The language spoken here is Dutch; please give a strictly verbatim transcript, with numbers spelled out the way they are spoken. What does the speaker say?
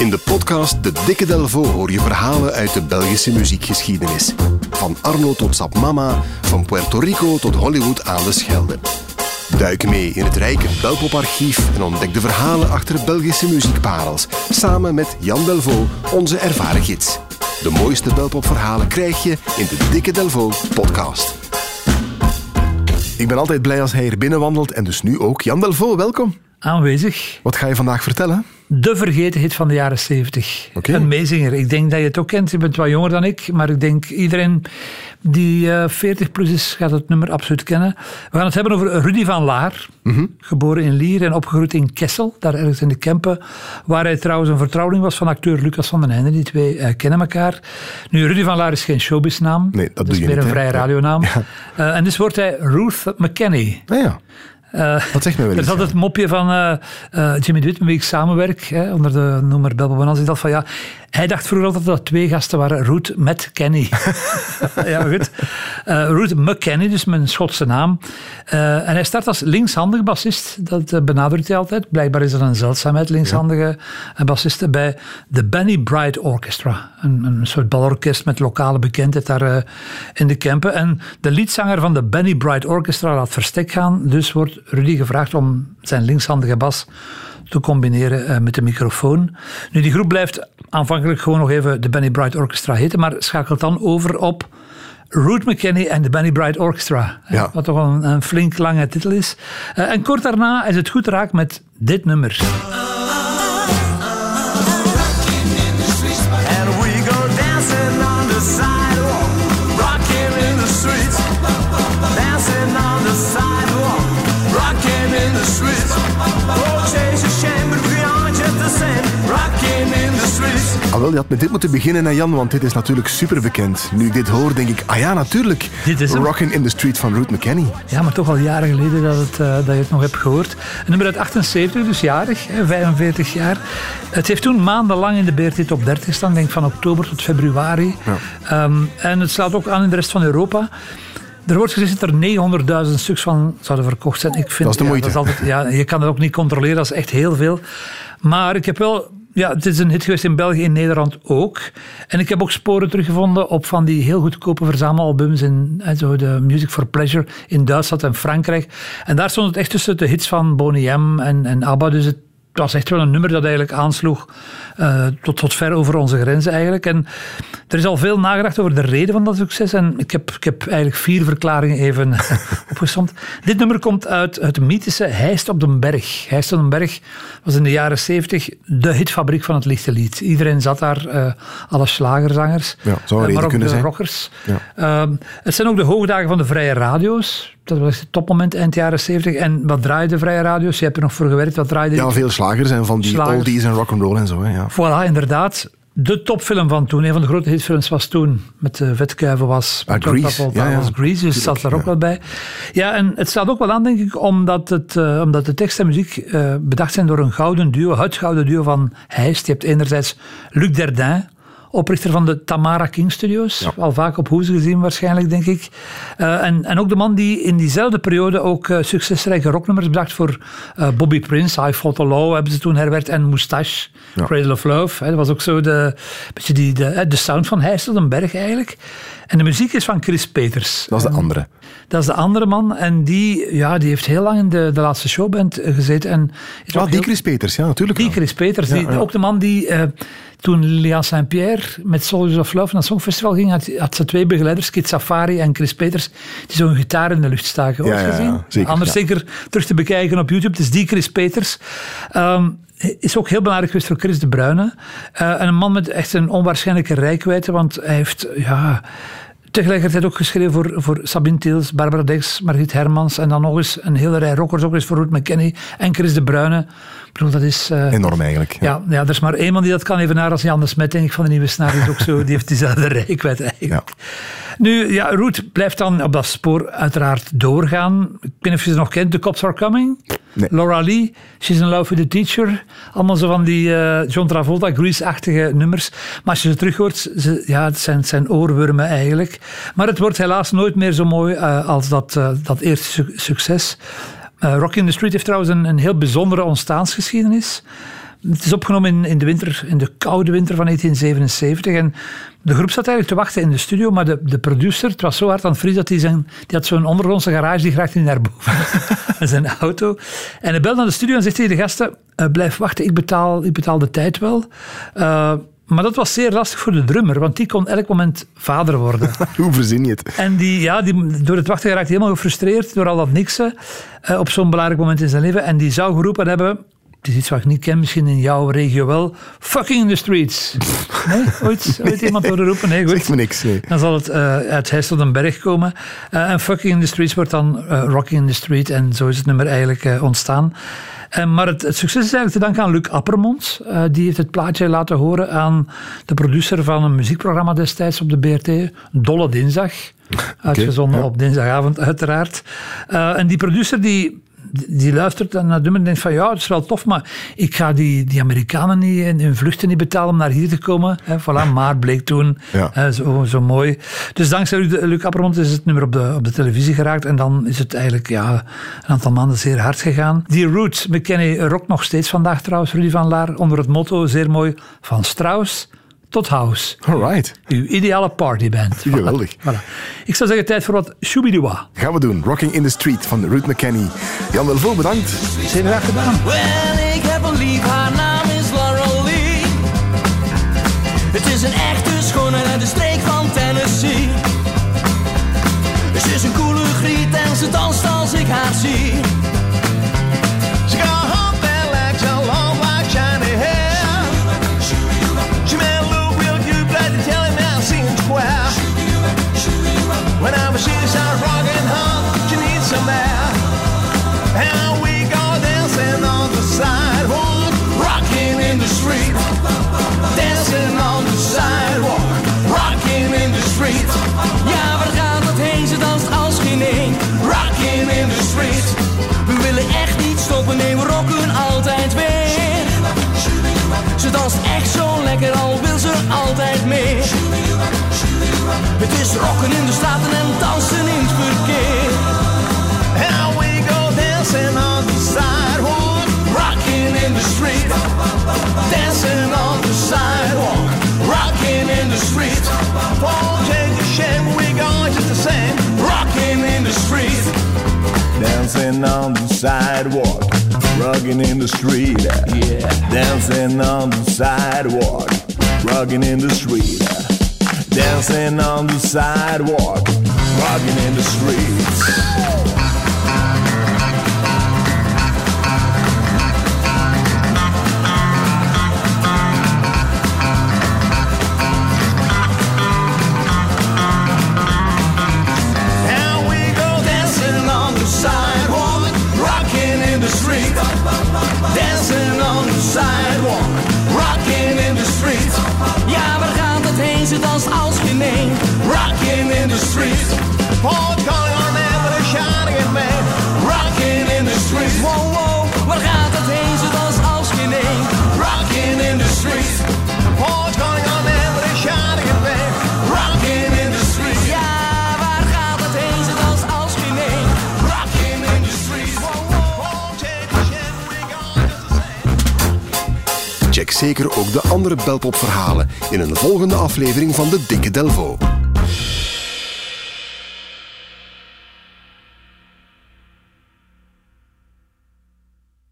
In de podcast De Dikke Delvaux hoor je verhalen uit de Belgische muziekgeschiedenis. Van Arno tot Sap Mama, van Puerto Rico tot Hollywood aan de Schelde. Duik mee in het rijke Belpop-archief en ontdek de verhalen achter Belgische muziekparels. Samen met Jan Delvaux, onze ervaren gids. De mooiste Belpop-verhalen krijg je in de Dikke Delvaux podcast. Ik ben altijd blij als hij hier binnenwandelt en dus nu ook. Jan Delvaux, welkom. Aanwezig. Wat ga je vandaag vertellen? De vergeten hit van de jaren zeventig. Okay. Een meezinger. Ik denk dat je het ook kent. Je bent wat jonger dan ik. Maar ik denk iedereen die uh, veertig plus is, gaat het nummer absoluut kennen. We gaan het hebben over Rudy van Laar. Mm-hmm. Geboren in Lier en opgegroeid in Kessel. Daar ergens in de Kempen. Waar hij trouwens een vertrouweling was van acteur Lucas van den Einde. Die twee uh, kennen elkaar. Nu, Rudy van Laar is geen showbiznaam. Nee, dat, dat is doe je meer niet, een vrije radionaam. Ja. Uh, en dus wordt hij Ruth McKenney. Ah, ja. Uh, Wat zegt mij wel Er is altijd het mopje van uh, uh, Jimmy Dwight, met wie ik samenwerk, hè, onder de noemer Belpop en Als. Ik dacht van ja, hij dacht vroeger altijd dat twee gasten waren, Ruth met Kenny. ja, goed. Uh, Ruth McKenney, dus mijn Schotse naam. Uh, en hij start als linkshandige bassist, dat uh, benadrukt hij altijd. Blijkbaar is dat een zeldzaamheid, linkshandige ja. bassisten bij de Benny Bright Orchestra. Een, een soort balorkest met lokale bekendheid daar uh, in de Kempen. En de liedzanger van de Benny Bright Orchestra laat verstek gaan, dus wordt Rudy gevraagd om zijn linkshandige bas te combineren uh, met de microfoon. Nu, die groep blijft aanvankelijk gewoon nog even de Benny Bright Orchestra heten, maar schakelt dan over op Ruth McKenney en de Benny Bright Orchestra. Ja. Wat toch een, een flink lange titel is. Uh, en kort daarna is het goed raakt met dit nummer. Ah, wel, je had met dit moeten beginnen, hè, Jan, want dit is natuurlijk super bekend. Nu ik dit hoor, denk ik, ah ja, natuurlijk. Dit is Rockin' in the Street van Ruth McKenney. Ja, maar toch al jaren geleden dat, het, uh, dat je het nog hebt gehoord. Een nummer uit achtenzeventig, dus jarig, hè, vijfenveertig jaar. Het heeft toen maandenlang in de B R T Top dertig gestaan, denk van oktober tot februari. Ja. Um, en het slaat ook aan in de rest van Europa. Er wordt gezegd dat er negenhonderdduizend stuks van zouden verkocht zijn. Ik vind, dat is de ja, moeite. Dat is altijd, ja, je kan het ook niet controleren, dat is echt heel veel. Maar ik heb wel... Ja, het is een hit geweest in België, in Nederland ook. En ik heb ook sporen teruggevonden op van die heel goedkope verzamelalbums in zo de Music for Pleasure in Duitsland en Frankrijk. En daar stond het echt tussen de hits van Boney M en, en ABBA. Dus het was echt wel een nummer dat eigenlijk aansloeg uh, tot, tot ver over onze grenzen eigenlijk. En er is al veel nagedacht over de reden van dat succes. En ik heb, ik heb eigenlijk vier verklaringen even opgesomd. Dit nummer komt uit het mythische Heist op den Berg. Heist op den Berg was in de jaren zeventig de hitfabriek van het lichte lied. Iedereen zat daar, uh, alle slagerzangers, ja, zou een uh, maar ook kunnen de zijn. rockers. Ja. Uh, het zijn ook de hoogdagen van de vrije radio's. Dat was het topmoment eind jaren zeventig. En wat draaide de vrije radio's? Je hebt er nog voor gewerkt. Wat draaide? Ja, veel slagers en van die slagers. Oldies en rock'n'roll en zo. Hè, ja. Voilà, inderdaad. De topfilm van toen, een van de grote hitfilms was toen, met de vetkuiven was... Ah, Grease. Ja, ja. was Grease, dus zat daar ook ja. wel bij. Ja, en het staat ook wel aan, denk ik, omdat, het, uh, omdat de tekst en muziek uh, bedacht zijn door een gouden duo, het gouden duo van Heist. Je hebt enerzijds Luc Derdin, oprichter van de Tamara King Studios. Ja. Al vaak op Hoeze gezien waarschijnlijk, denk ik. Uh, en, en ook de man die in diezelfde periode ook uh, succesrijke rocknummers bedacht voor uh, Bobby Prince. I Fought the Law hebben ze toen herwerkt. En Moustache, ja. Cradle of Love. Hè, dat was ook zo de, beetje die, de, de sound van Heist op den Berg eigenlijk. En de muziek is van Chris Peters. Dat is de andere. Dat is de andere man. En die, ja, die heeft heel lang in de, de laatste showband gezeten. En is ah, die heel... Chris Peters, ja, natuurlijk. Die wel. Chris Peters. Die, ja, ja. Ook de man die... Uh, toen Lilian Saint-Pierre met Soldiers of Love naar het Songfestival ging, had, had ze twee begeleiders, Kid Safari en Chris Peters, die zo'n gitaar in de lucht staken. Ja, ja, gezien? Ja, zeker, Anders ja. zeker terug te bekijken op YouTube. Het is die Chris Peters. Um, is ook heel belangrijk geweest voor Chris de Bruyne. Uh, en een man met echt een onwaarschijnlijke reikwijdte, want hij heeft... ja. Tegelijkertijd ook geschreven voor, voor Sabine Tiels, Barbara Dex, Margriet Hermans en dan nog eens een hele rij rockers, ook eens voor Ruth McKenney en Chris de Bruyne. Ik bedoel, dat is... Uh, enorm eigenlijk. Ja. Ja, ja, er is maar één man die dat kan evenaren als Jan de Smet, denk ik, van de Nieuwe Snaar. Is ook zo, die heeft diezelfde reikwijdte eigenlijk. Ja. Nu, ja, Ruth blijft dan op dat spoor uiteraard doorgaan. Ik weet niet of je ze nog kent, The Cops Are Coming. Nee. Laura Lee, She's in Love with the Teacher. Allemaal zo van die uh, John Travolta, Grease-achtige nummers. Maar als je ze terughoort, ze, ja, het zijn, het zijn oorwormen eigenlijk. Maar het wordt helaas nooit meer zo mooi uh, als dat, uh, dat eerste su- succes. Uh, Rock in the Street heeft trouwens een, een heel bijzondere ontstaansgeschiedenis. Het is opgenomen in, in de winter, in de koude winter van negentien zevenenzeventig. En de groep zat eigenlijk te wachten in de studio, maar de, de producer, het was zo hard aan het vriezen dat hij zijn, die had zo'n ondergrondse garage, die raakte niet naar boven met zijn auto. En hij belde naar de studio en zegt tegen de gasten, uh, blijf wachten, ik betaal, ik betaal de tijd wel. Uh, Maar dat was zeer lastig voor de drummer, want die kon elk moment vader worden. Hoe verzin je het? En die, ja, die, door het wachten raakte hij helemaal gefrustreerd door al dat niksen uh, op zo'n belangrijk moment in zijn leven. En die zou geroepen hebben, het is iets wat ik niet ken, misschien in jouw regio wel, fucking in the streets. Nee? Ooit, ooit iemand horen roepen? Nee, goed. Zegt me niks, nee. Dan zal het uh, uit Heist tot een berg komen. Uh, en fucking in the streets wordt dan uh, rocking in the street en zo is het nummer eigenlijk uh, ontstaan. Uh, maar het, het succes is eigenlijk te danken aan Luc Appermond. Uh, die heeft het plaatje laten horen aan de producer van een muziekprogramma destijds op de B R T. Dolle Dinsdag. Uitgezonden okay, ja. op dinsdagavond uiteraard. Uh, en die producer die... Die luistert naar het nummer en denkt van ja, het is wel tof, maar ik ga die, die Amerikanen niet in hun vluchten niet betalen om naar hier te komen. Hè, voilà, maar bleek toen ja. hè, zo, zo mooi. Dus dankzij Luc Appermond is het nummer op de, op de televisie geraakt en dan is het eigenlijk ja, een aantal maanden zeer hard gegaan. Die Roots McKenny rokt nog steeds vandaag trouwens, Rudy van Laar, onder het motto, zeer mooi, van Strauss tot House. Alright. Uw ideale partyband. Geweldig. Voilà. Ik zou zeggen, tijd voor wat shoobidoua. Gaan we doen. Rocking in the Street van Ruth McKenny. Jan Delvaux, bedankt. Zeer graag gedaan. Well, ik heb een lief, haar naam is Laurel Lee. Het is een echte schone uit de streek van Tennessee. Ze is een coole griet en ze danst als ik haar zie. She got a hot bad legs and long black shiny hair. She made a look real cute, but to tell him I'm seeing square. Whenever she starts rocking hard, she needs some air. And we go dancing on the sidewalk, rocking in the street. Dancing on the sidewalk, rocking in the street. Ja, waar gaat dat heen? Ze danst als geen een, rocking in the street. We willen echt niet stoppen, nee, we rocken altijd weer. Ze danst echt zo lekker, al wil ze altijd meer. Het is rocken in de straten en dansen in het verkeer. And we go dancing on the sidewalk, rocking in the street. Dancing on the sidewalk, rocking in the street. Won't change the shame, we go just the same, rocking in the street. Dancing on the sidewalk, rocking in the street. Yeah. Dancing on the sidewalk, rocking in the street. Dancing on the sidewalk, rocking in the streets. And we go dancing on the sidewalk, rocking in the street. Dancing on the sidewalk, rocking in the street. Ja, waar gaat het heen? Ze danst als geen een, rocking in the street. Paul calling our man with a shining at man, rocking in the street. Wow, wow, waar gaat het heen? Ze danst als geen een, rocking in the street. Paul calling our man with a shining at man, rocking in the street. Ja, waar gaat het heen? Ze danst als geen een, rocking in the street. Wow, wow, Paul take a shit, we gone just the same. Check zeker ook de andere Belpop-verhalen in een volgende aflevering van de Dikke Delvaux.